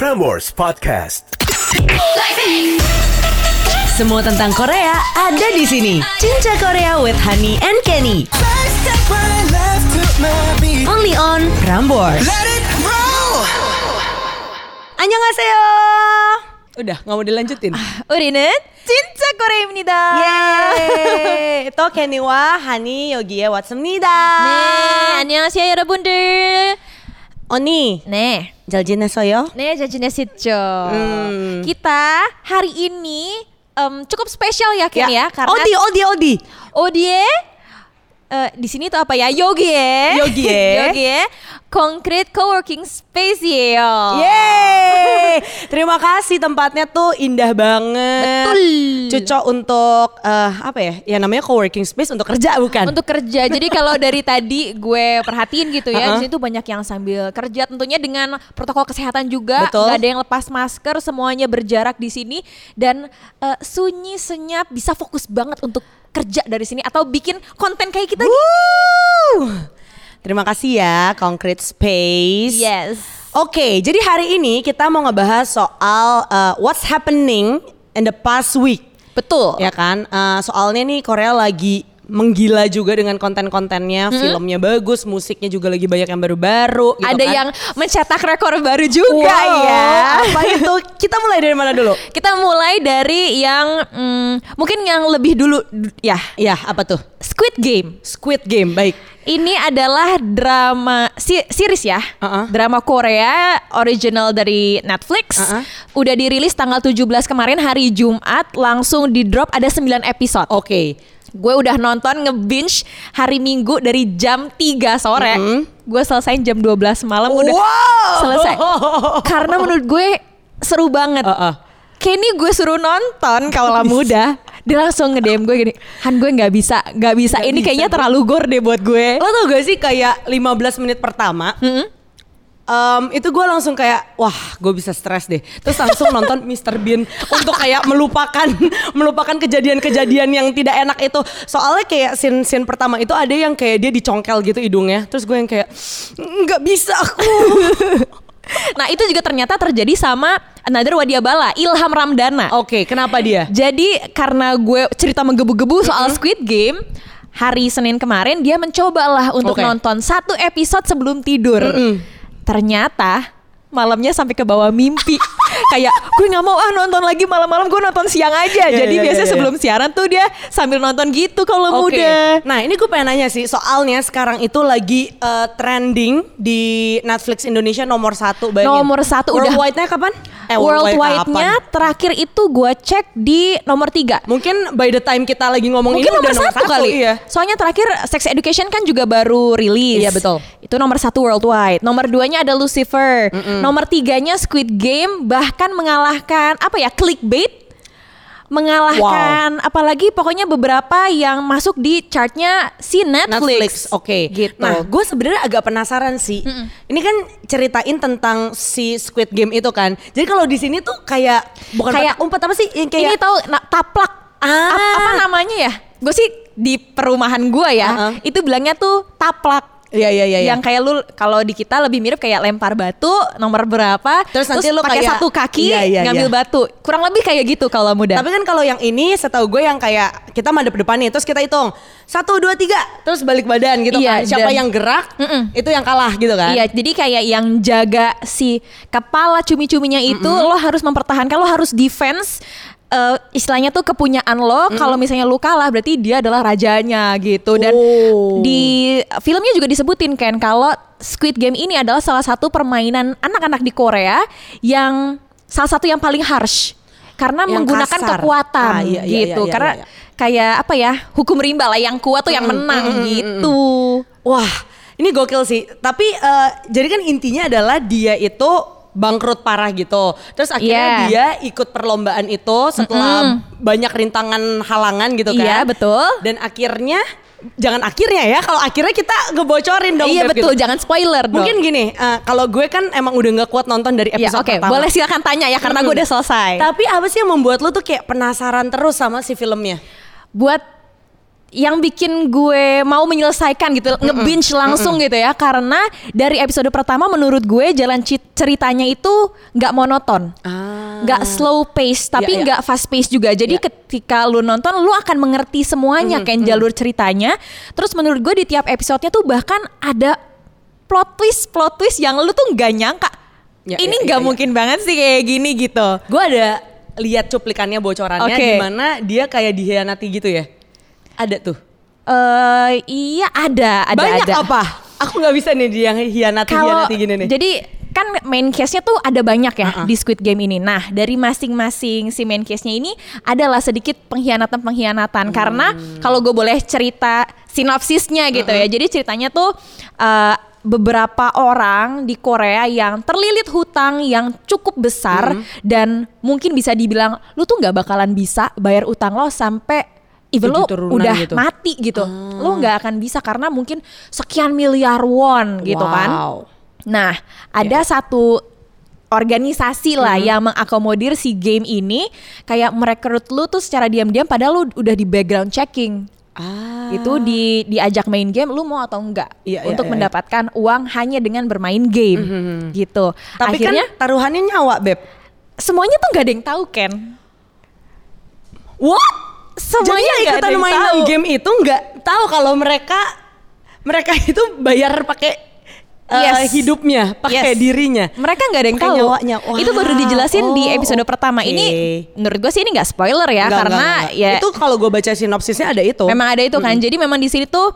Prambors Podcast. Semua tentang Korea ada di sini. Cinca Korea with Hani and Kenny. Only on Prambors. Annyeonghaseyo. Udah, nggak mau dilanjutin. 우리는 진짜 코레입니다. Yeay. 또 Kenny와 Hani 여기에 왔습니다. 네, 안녕하세요 여러분들. 언니, 네, 잘 지냈어요? 네, 잘 지내셨죠? kita hari ini cukup spesial ya Ken ya, karena 어디에? di sini tuh apa ya? 여기에 Concrete Coworking Space-예요. Yeay. Terima kasih, tempatnya tuh indah banget. Betul. Cocok untuk apa ya? Ya namanya coworking space untuk kerja bukan? Untuk kerja. Jadi kalau dari tadi gue perhatiin gitu ya, di sini tuh banyak yang sambil kerja, tentunya dengan protokol kesehatan juga. Betul. Gak ada yang lepas masker, semuanya berjarak di sini dan sunyi senyap, bisa fokus banget untuk kerja dari sini atau bikin konten kayak kita gitu. Terima kasih ya Concrete Space. Yes. Oke, jadi hari ini kita mau ngebahas soal what's happening in the past week. Betul. Ya kan, soalnya nih Korea lagi menggila juga dengan konten-kontennya, filmnya bagus, musiknya juga lagi banyak yang baru-baru gitu. Ada kan. yang mencetak rekor baru juga ya. Apa itu? Kita mulai dari mana dulu? Kita mulai dari yang mungkin yang lebih dulu ya. Ya, apa tuh? Squid Game. Squid Game, baik. Ini adalah drama series ya. Drama Korea original dari Netflix. Udah dirilis tanggal 17 kemarin hari Jumat, langsung di drop ada 9 episode. Oke. Gue udah nonton nge-binge hari Minggu dari jam 3 sore. Gue selesai jam 12 malam udah selesai. Karena menurut gue seru banget. Kenny gue suruh nonton kaulah muda. Dia langsung nge-DM gue gini, Han gue gak bisa. Ini kayaknya terlalu gore deh buat gue. Lo tau gak sih kayak 15 menit pertama itu gue langsung kayak wah gue bisa stres deh. Terus langsung nonton Mr. Bean untuk kayak melupakan kejadian-kejadian yang tidak enak itu. Soalnya kayak scene pertama itu ada yang kayak dia dicongkel gitu hidungnya. Terus gue yang kayak nggak bisa aku. Nah itu juga ternyata terjadi sama another Wadiabala, Ilham Ramdana. Oke, kenapa dia? Jadi karena gue cerita menggebu-gebu soal Squid Game, hari Senin kemarin dia mencoba lah untuk nonton 1 episode sebelum tidur. Ternyata malamnya sampai ke bawah mimpi. Kayak gue gak mau nonton lagi malam-malam, gue nonton siang aja. Jadi biasanya sebelum siaran tuh dia sambil nonton gitu kalau muda. Nah ini gue pengen nanya sih, soalnya sekarang itu lagi trending di Netflix Indonesia nomor 1. Nomor 1 udah. Worldwide-nya kapan? Worldwide-nya terakhir itu gue cek di nomor 3. Mungkin by the time kita lagi ngomong mungkin ini udah nomor 1 kali. Iya. Soalnya terakhir Sex Education kan juga baru rilis. Iya betul. Itu nomor 1 worldwide. Nomor 2-nya ada Lucifer. Nomor 3-nya Squid Game, bahkan mengalahkan clickbait. Mengalahkan apalagi pokoknya beberapa yang masuk di chartnya si Netflix. Oke. Gitu. Nah, gue sebenarnya agak penasaran sih. Ini kan ceritain tentang si Squid Game itu kan. Jadi kalau di sini tuh kayak bukan kayak umpet apa sih? Yang kayak ini tahu taplak. Apa namanya ya? Gue sih di perumahan gue ya, itu bilangnya tuh taplak. Iya. Yang kayak lu kalau di kita lebih mirip kayak lempar batu nomor berapa, terus nanti lu pakai kayak satu kaki ngambil batu. Kurang lebih kayak gitu kalau muda. Tapi kan kalau yang ini setahu gue yang kayak kita madep depan nih, terus kita hitung 1, 2, 3, terus balik badan gitu kan. Siapa yang gerak itu yang kalah gitu kan. Iya, jadi kayak yang jaga si kepala cumi-cuminya itu lo harus mempertahankan, lo harus defense. Istilahnya tuh kepunyaan lo. Kalau misalnya lo kalah berarti dia adalah rajanya gitu. Dan di filmnya juga disebutin kan kalau Squid Game ini adalah salah satu permainan anak-anak di Korea yang salah satu yang paling harsh karena yang menggunakan kasar. Kekuatan gitu. Karena kayak apa ya, hukum rimba lah, yang kuat tuh yang menang gitu. Wah, ini gokil sih. Tapi jadi kan intinya adalah dia itu bangkrut parah gitu. Terus akhirnya dia ikut perlombaan itu setelah banyak rintangan halangan gitu kan. Iya betul. Dan akhirnya, jangan akhirnya ya, kalau akhirnya kita ngebocorin dong. Iya betul, gitu. jangan spoiler dong. Mungkin gini, kalau gue kan emang udah gak kuat nonton dari episode pertama. Boleh silakan tanya ya karena gue udah selesai. Tapi apa sih yang membuat lo tuh kayak penasaran terus sama si filmnya? Buat yang bikin gue mau menyelesaikan gitu, nge-binge langsung gitu ya, karena dari episode pertama menurut gue jalan ceritanya itu nggak monoton, nggak slow pace, tapi nggak fast pace juga. Jadi ketika lu nonton, lu akan mengerti semuanya kayak jalur ceritanya. Terus menurut gue di tiap episodenya tuh bahkan ada plot twist yang lu tuh nggak nyangka. Ini nggak mungkin banget sih kayak gini gitu. Gue ada lihat cuplikannya, bocorannya, gimana dia kayak dihianati gitu ya. Ada tuh. Iya ada. Banyak ada. apa? Aku nggak bisa nih dia yang hianati gini nih. Jadi kan main case-nya tuh ada banyak ya di Squid Game ini. Nah, dari masing-masing si main case-nya ini adalah sedikit pengkhianatan karena kalau gue boleh cerita sinopsisnya gitu ya. Jadi ceritanya tuh beberapa orang di Korea yang terlilit hutang yang cukup besar dan mungkin bisa dibilang lu tuh nggak bakalan bisa bayar utang lo sampai even lo udah gitu. Mati gitu, lo nggak akan bisa karena mungkin sekian miliar won gitu kan. Nah, ada satu organisasi lah yang mengakomodir si game ini, kayak merekrut lu tuh secara diam-diam padahal lu udah di background checking. Itu diajak main game, lu mau atau enggak untuk mendapatkan uang hanya dengan bermain game gitu. Tapi akhirnya, kan taruhannya nyawa, Beb. Semuanya tuh nggak ada yang tahu, Ken. What? Semuanya jadi ikutan mainan game itu nggak tahu kalau mereka itu bayar pakai hidupnya, pakai dirinya. Mereka nggak ada yang tahu. Nyawanya. Wow. Itu baru dijelasin di episode pertama. Ini menurut gue sih ini nggak spoiler ya, karena ya itu kalau gue baca sinopsisnya ada itu. Memang ada itu kan. Jadi memang di sini tuh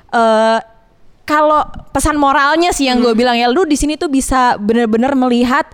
kalau pesan moralnya sih yang gue bilang ya, lu di sini tuh bisa benar-benar melihat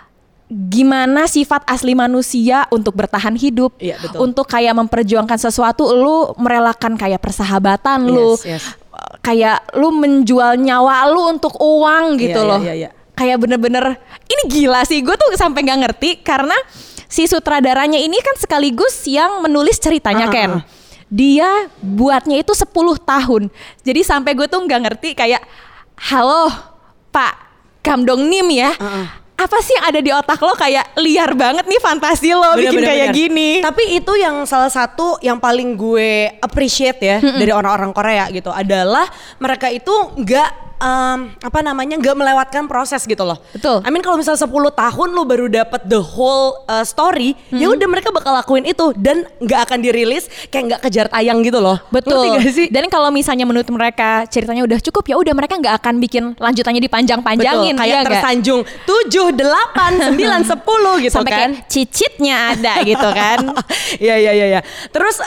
gimana sifat asli manusia untuk bertahan hidup, untuk kayak memperjuangkan sesuatu, lu merelakan kayak persahabatan lu, kayak lu menjual nyawa lu untuk uang gitu loh. Kayak bener-bener ini gila sih, gue tuh sampai nggak ngerti karena si sutradaranya ini kan sekaligus yang menulis ceritanya Ken. Dia buatnya itu 10 tahun, jadi sampai gue tuh nggak ngerti kayak, halo Pak Kam Dong Nim ya. Apa sih yang ada di otak lo, kayak liar banget nih fantasi lo bikin kayak gini. Tapi itu yang salah satu yang paling gue appreciate ya dari orang-orang Korea gitu adalah mereka itu nggak nggak melewatkan proses gitu loh. Betul. I mean kalau misalnya 10 tahun lu baru dapat the whole story, ya udah mereka bakal lakuin itu dan nggak akan dirilis, kayak nggak kejar tayang gitu loh. Betul. Sih? Dan kalau misalnya menurut mereka ceritanya udah cukup, ya udah mereka nggak akan bikin lanjutannya dipanjang-panjangin. Betul. Kayak tersanjung 7, 8, 9, 10 gitu sampai kan. Kayak cicitnya ada gitu kan. Iya. Terus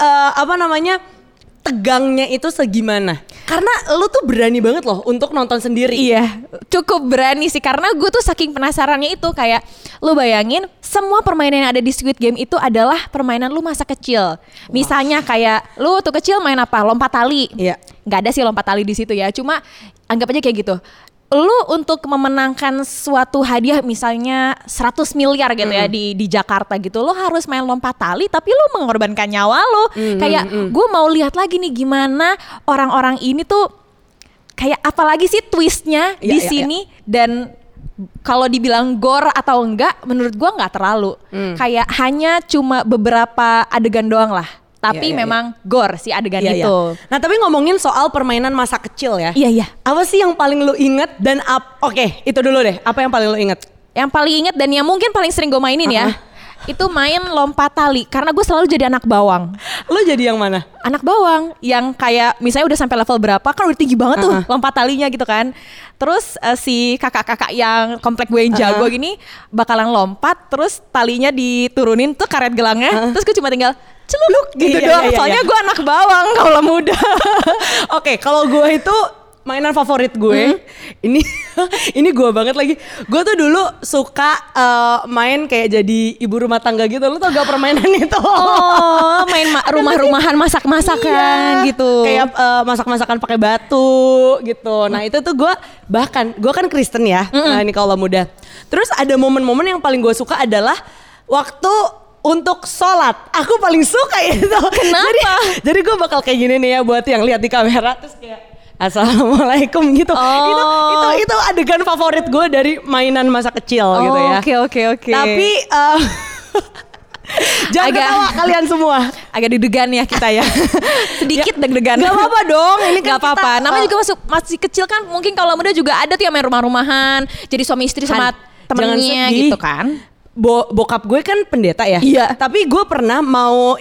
tegangnya itu segimana? Karena lu tuh berani banget loh untuk nonton sendiri. Iya, cukup berani sih karena gue tuh saking penasarannya itu, kayak lu bayangin semua permainan yang ada di Squid Game itu adalah permainan lu masa kecil. Misalnya kayak lu waktu kecil main apa? Lompat tali. Iya. Nggak ada sih lompat tali di situ ya. Cuma anggap aja kayak gitu. Lu untuk memenangkan suatu hadiah misalnya 100 miliar gitu ya di Jakarta gitu, lu harus main lompat tali tapi lu mengorbankan nyawa lu. Kayak gue mau lihat lagi nih gimana orang-orang ini tuh kayak apalagi sih twistnya di sini. Dan kalau dibilang gore atau enggak, menurut gue nggak terlalu. Kayak hanya cuma beberapa adegan doang lah. Tapi memang gore si adegan itu. Nah tapi ngomongin soal permainan masa kecil ya. Iya. Apa sih yang paling lu inget dan Oke, itu dulu deh. Apa yang paling lu inget? Yang paling inget dan yang mungkin paling sering gue mainin ya, itu main lompat tali. Karena gue selalu jadi anak bawang. Lu jadi yang mana? Anak bawang yang kayak misalnya udah sampai level berapa, kan udah tinggi banget tuh lompat talinya gitu kan. Terus si kakak-kakak yang komplek gue yang jago gini bakalan lompat, terus talinya diturunin tuh karet gelangnya, terus gue cuma tinggal celuluk gitu doang. Soalnya gue anak bawang kalau muda. Oke, kalau gue itu mainan favorit gue, ini gue banget lagi. Gue tuh dulu suka main kayak jadi ibu rumah tangga gitu. Lu tau gak permainan itu? Oh, main rumah-rumahan, masak-masakan gitu. Kayak masak-masakan pakai batu gitu. Nah itu tuh gue kan Kristen ya, nah, ini kalau muda. Terus ada momen-momen yang paling gue suka adalah waktu untuk sholat. Aku paling suka itu. Kenapa? Jadi gue bakal kayak gini nih ya buat yang lihat di kamera, terus kayak Assalamualaikum gitu. Itu adegan favorit gue dari mainan masa kecil gitu ya. Oke. Tapi jangan ketawa kalian semua. agak deg-degan ya kita ya. Sedikit deg-degan. Gak apa-apa dong. Ini kan gak apa-apa. kita, Namanya juga masih kecil kan. Mungkin kalau muda juga ada tuh yang main rumah-rumahan. Jadi suami istri sama temennya gitu kan. Bokap gue kan pendeta ya. Iya. Tapi gue pernah mau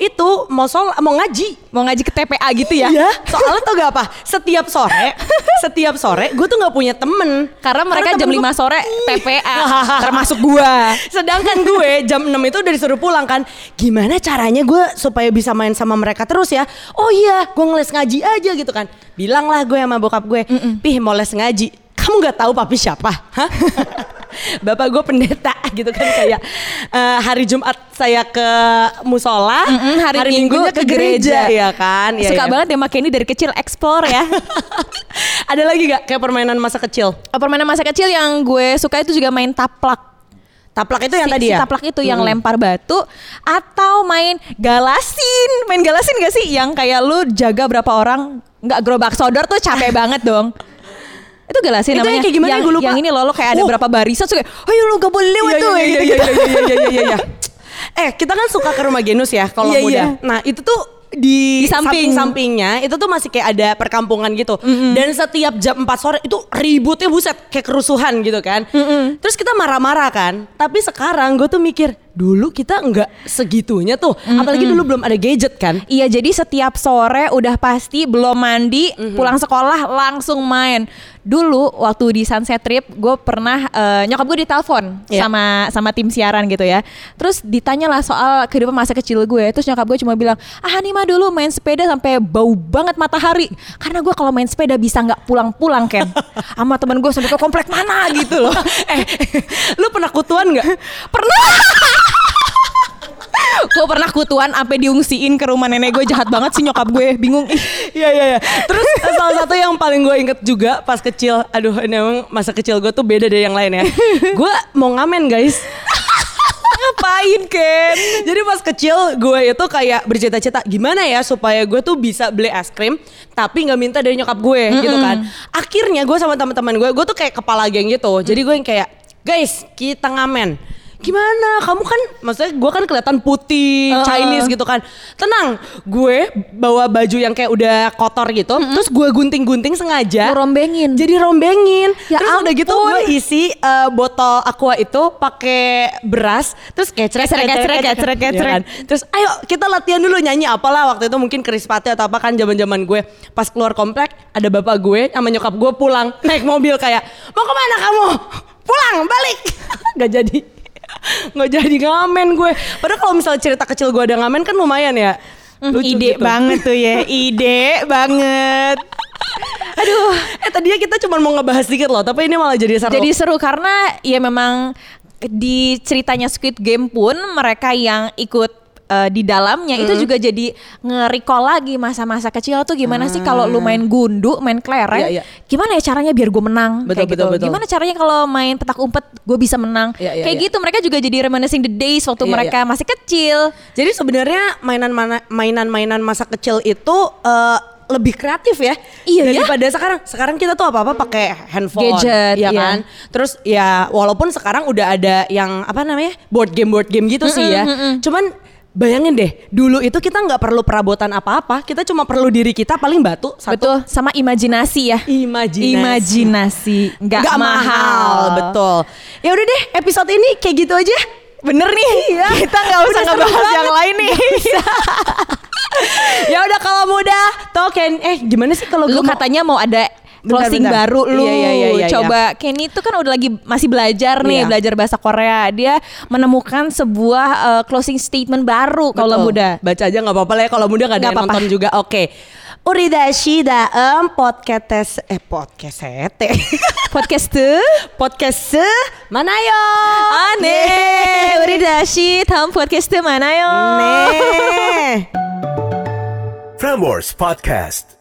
ngaji ke TPA gitu ya. Iya. Soalnya tau gak apa? Setiap sore gue tuh nggak punya temen. Karena mereka jam 5 sore TPA. Termasuk gue. Sedangkan gue jam 6 itu udah disuruh pulang kan. Gimana caranya gue supaya bisa main sama mereka terus ya? Oh iya, gue ngeles ngaji aja gitu kan. Bilanglah gue sama bokap gue, Pih mau les ngaji. Kamu nggak tahu papi siapa? Hah? Bapak gue pendeta gitu kan, kayak hari Jumat saya ke musola, hari Minggunya ke gereja ya kan. Suka banget ya make ini dari kecil explore ya. Ada lagi gak kayak permainan masa kecil? Permainan masa kecil yang gue suka itu juga main taplak. Taplak itu yang tadi ya? Taplak itu yang lempar batu. Atau main galasin. Main galasin gak sih? Yang kayak lu jaga berapa orang. Nggak, gerobak sodor tuh capek banget dong. Itu galasin itu namanya. Yang kayak gimana gue lupa. Yang ini lo kayak ada berapa barisan. So kayak, ayo lu gak boleh lewat tuh. Iya. Kita kan suka ke rumah Genus ya kalau muda. Nah itu tuh di samping-sampingnya itu tuh masih kayak ada perkampungan gitu. Dan setiap jam 4 sore itu ributnya buset, kayak kerusuhan gitu kan. Terus kita marah-marah kan. Tapi sekarang gue tuh mikir, dulu kita nggak segitunya tuh. Apalagi dulu belum ada gadget kan. Iya, jadi setiap sore udah pasti belum mandi, pulang sekolah langsung main. Dulu waktu di Sunset Trip gue pernah nyokap gue ditelepon sama tim siaran gitu ya. Terus ditanyalah soal kehidupan masa kecil gue. Terus nyokap gue cuma bilang, Hanima dulu main sepeda sampai bau banget matahari. Karena gue kalau main sepeda bisa nggak pulang-pulang Ken. Sama temen gue sampai ke komplek mana gitu loh. Lu pernah kutuan nggak? Pernah. Gue pernah kutuan sampai diungsiin ke rumah nenek gue. Jahat banget sih nyokap gue, bingung. Iya. Terus salah satu yang paling gue inget juga pas kecil, aduh ini emang masa kecil gue tuh beda dari yang lain ya. Gue mau ngamen guys. Ngapain Ken? Jadi pas kecil gue itu kayak bercita-cita gimana ya supaya gue tuh bisa beli es krim tapi nggak minta dari nyokap gue gitu kan. Akhirnya gue sama teman-teman gue tuh kayak kepala geng gitu. Jadi gue yang kayak, guys kita ngamen. Gimana? Kamu kan, maksudnya gue kan kelihatan putih, Chinese gitu kan. Tenang, gue bawa baju yang kayak udah kotor gitu. Terus gue gunting-gunting sengaja. Rombengin. Jadi rombengin. Ya terus ampun. udah gitu gue isi botol aqua itu pakai beras. Terus kecrek. Kan? Terus ayo kita latihan dulu nyanyi apalah waktu itu mungkin Krispati atau apa kan zaman-zaman gue. Pas keluar komplek ada bapak gue sama nyokap gue pulang naik mobil kayak, mau kemana kamu? Pulang, balik. Nggak jadi ngamen gue. Padahal kalau misalnya cerita kecil gue ada ngamen kan lumayan ya. Ide gitu. Banget tuh ya. Ide banget. Aduh. Tadinya kita cuma mau ngebahas dikit loh, tapi ini malah jadi seru. Jadi seru karena ya memang di ceritanya Squid Game pun mereka yang ikut di dalamnya itu juga jadi nge-recall lagi masa-masa kecil tuh gimana sih kalau lu main gundu, main kelereng, gimana ya caranya biar gue menang, betul. Gimana caranya kalau main petak umpet gue bisa menang, gitu. Mereka juga jadi reminiscing the days waktu mereka masih kecil. Jadi sebenarnya mainan-mainan masa kecil itu lebih kreatif ya daripada sekarang kita tuh apa-apa pakai handphone, gadget, ya kan. Terus ya walaupun sekarang udah ada yang apa namanya board game gitu sih ya. Cuman bayangin deh, dulu itu kita nggak perlu perabotan apa-apa, kita cuma perlu diri kita paling batu satu. Betul, sama imajinasi ya. Imajinasi, nggak mahal. Betul. Ya udah deh, episode ini kayak gitu aja. Bener nih, kita nggak usah ngebahas yang lain nih. Ya udah kalau mudah, token. Gimana sih kalau lu katanya mau ada closing baru lu. Coba Kenny tuh kan udah lagi masih belajar nih, belajar bahasa Korea. Dia menemukan sebuah closing statement baru kalau muda. Baca aja nggak apa-apa lah ya, kalau muda nggak ada yang nonton juga. Oke. Uridashi daem podcast manayo. Aneh. Uridashi daem podcast manayo. Ne. Frameworks Podcast.